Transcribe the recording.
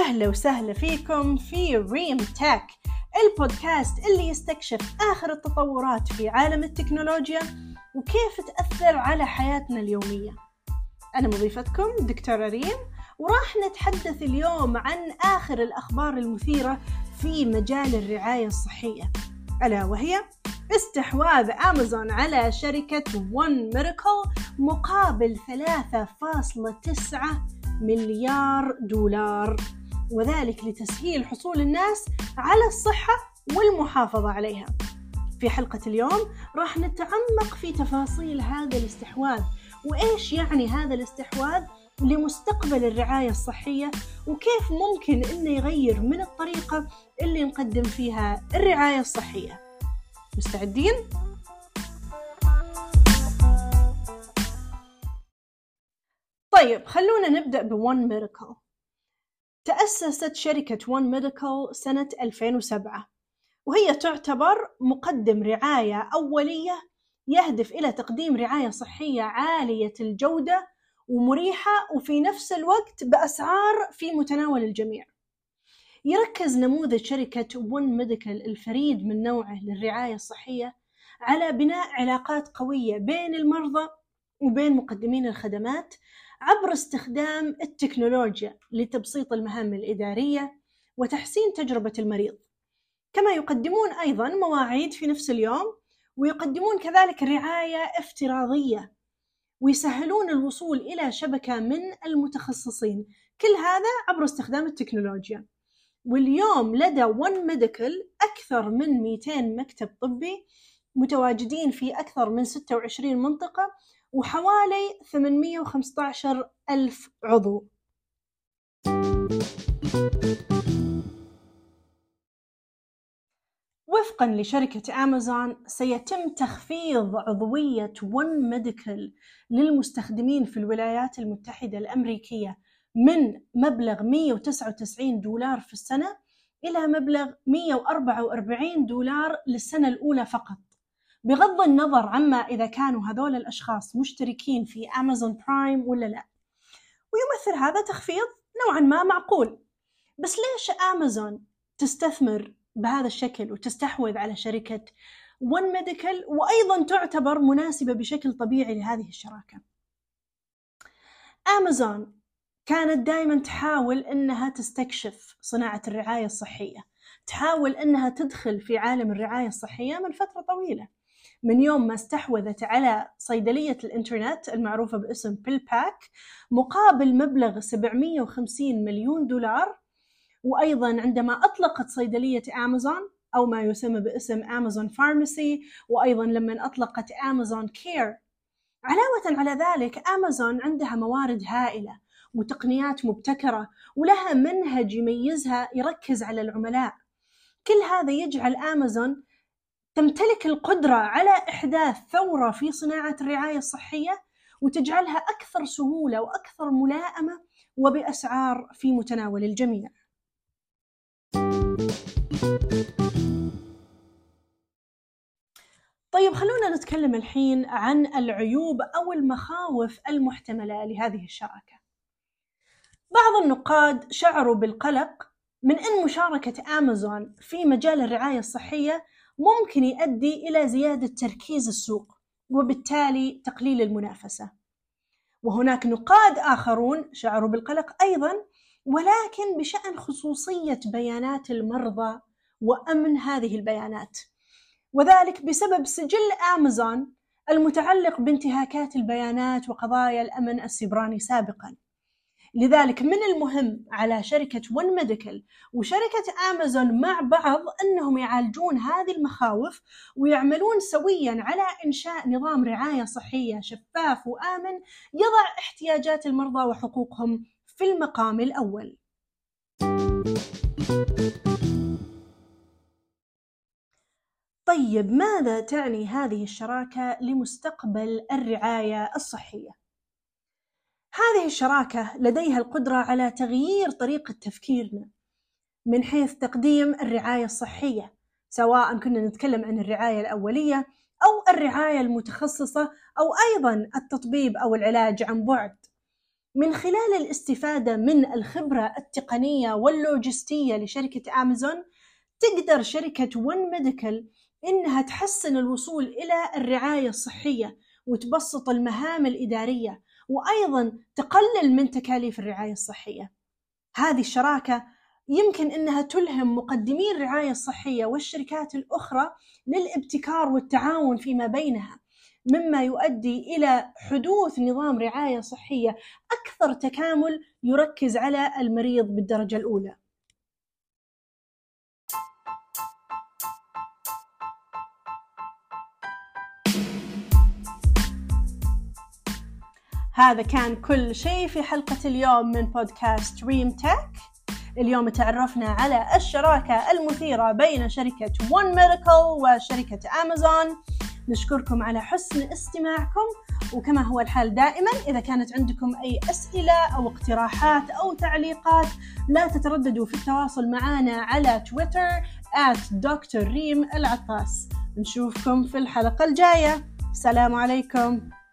أهلا وسهلا فيكم في ريم تك، البودكاست اللي يستكشف آخر التطورات في عالم التكنولوجيا وكيف تأثر على حياتنا اليومية. أنا مضيفتكم دكتورة ريم، وراح نتحدث اليوم عن آخر الأخبار المثيرة في مجال الرعاية الصحية، ألا وهي استحواذ أمازون على شركة One Medical مقابل 3.9 مليار دولار، وذلك لتسهيل حصول الناس على الصحة والمحافظة عليها. في حلقة اليوم راح نتعمق في تفاصيل هذا الاستحواذ، وإيش يعني هذا الاستحواذ لمستقبل الرعاية الصحية، وكيف ممكن إنه يغير من الطريقة اللي نقدم فيها الرعاية الصحية. مستعدين؟ طيب خلونا نبدأ بون ميديكال. تأسست شركة ون ميديكال سنة 2007، وهي تعتبر مقدم رعاية أولية يهدف إلى تقديم رعاية صحية عالية الجودة ومريحة وفي نفس الوقت بأسعار في متناول الجميع. يركز نموذج شركة ون ميديكال الفريد من نوعه للرعاية الصحية على بناء علاقات قوية بين المرضى وبين مقدمين الخدمات عبر استخدام التكنولوجيا لتبسيط المهام الإدارية وتحسين تجربة المريض. كما يقدمون أيضاً مواعيد في نفس اليوم، ويقدمون كذلك رعاية افتراضية، ويسهلون الوصول إلى شبكة من المتخصصين، كل هذا عبر استخدام التكنولوجيا. واليوم لدى ون ميديكال أكثر من 200 مكتب طبي متواجدين في أكثر من 26 منطقة وحوالي 815 ألف عضو. وفقاً لشركة أمازون، سيتم تخفيض عضوية ون ميديكال للمستخدمين في الولايات المتحدة الأمريكية من مبلغ $199 في السنة إلى مبلغ $144 للسنة الأولى فقط، بغض النظر عما إذا كانوا هذول الأشخاص مشتركين في أمازون برايم ولا لا. ويمثل هذا تخفيض نوعاً ما معقول. بس ليش أمازون تستثمر بهذا الشكل وتستحوذ على شركة ون ميديكال وأيضاً تعتبر مناسبة بشكل طبيعي لهذه الشراكة؟ أمازون كانت دائماً تحاول أنها تستكشف صناعة الرعاية الصحية، تحاول أنها تدخل في عالم الرعاية الصحية من فترة طويلة، من يوم ما استحوذت على صيدلية الإنترنت المعروفة باسم بيلباك مقابل مبلغ $750 مليون، وأيضاً عندما أطلقت صيدلية أمازون أو ما يسمى باسم أمازون فارماسي، وأيضاً لما أطلقت أمازون كير. علاوة على ذلك أمازون عندها موارد هائلة وتقنيات مبتكرة ولها منهج يميزها يركز على العملاء. كل هذا يجعل أمازون تمتلك القدرة على إحداث ثورة في صناعة الرعاية الصحية وتجعلها أكثر سهولة وأكثر ملائمة وبأسعار في متناول الجميع. طيب خلونا نتكلم الحين عن العيوب أو المخاوف المحتملة لهذه الشراكة. بعض النقاد شعروا بالقلق من أن مشاركة أمازون في مجال الرعاية الصحية ممكن يؤدي إلى زيادة تركيز السوق وبالتالي تقليل المنافسة. وهناك نقاد آخرون شعروا بالقلق أيضاً، ولكن بشأن خصوصية بيانات المرضى وأمن هذه البيانات، وذلك بسبب سجل أمازون المتعلق بانتهاكات البيانات وقضايا الأمن السيبراني سابقاً. لذلك من المهم على شركة ون ميديكال وشركة أمازون مع بعض أنهم يعالجون هذه المخاوف ويعملون سوياً على إنشاء نظام رعاية صحية شفاف وآمن يضع احتياجات المرضى وحقوقهم في المقام الأول. طيب ماذا تعني هذه الشراكة لمستقبل الرعاية الصحية؟ هذه الشراكة لديها القدرة على تغيير طريقة تفكيرنا من حيث تقديم الرعاية الصحية، سواء كنا نتكلم عن الرعاية الأولية أو الرعاية المتخصصة أو أيضا التطبيب أو العلاج عن بعد. من خلال الاستفادة من الخبرة التقنية واللوجستية لشركة أمازون، تقدر شركة ون ميديكال إنها تحسن الوصول إلى الرعاية الصحية وتبسط المهام الإدارية، وأيضاً تقلل من تكاليف الرعاية الصحية. هذه الشراكة يمكن إنها تلهم مقدمي الرعاية الصحية والشركات الأخرى للابتكار والتعاون فيما بينها، مما يؤدي إلى حدوث نظام رعاية صحية أكثر تكامل يركز على المريض بالدرجة الأولى. هذا كان كل شيء في حلقة اليوم من بودكاست دريم تك. اليوم تعرفنا على الشراكة المثيرة بين شركة ون ميديكال وشركة أمازون. نشكركم على حسن استماعكم، وكما هو الحال دائما إذا كانت عندكم أي أسئلة أو اقتراحات أو تعليقات لا تترددوا في التواصل معنا على تويتر @drreem العطاس. نشوفكم في الحلقة الجاية. السلام عليكم.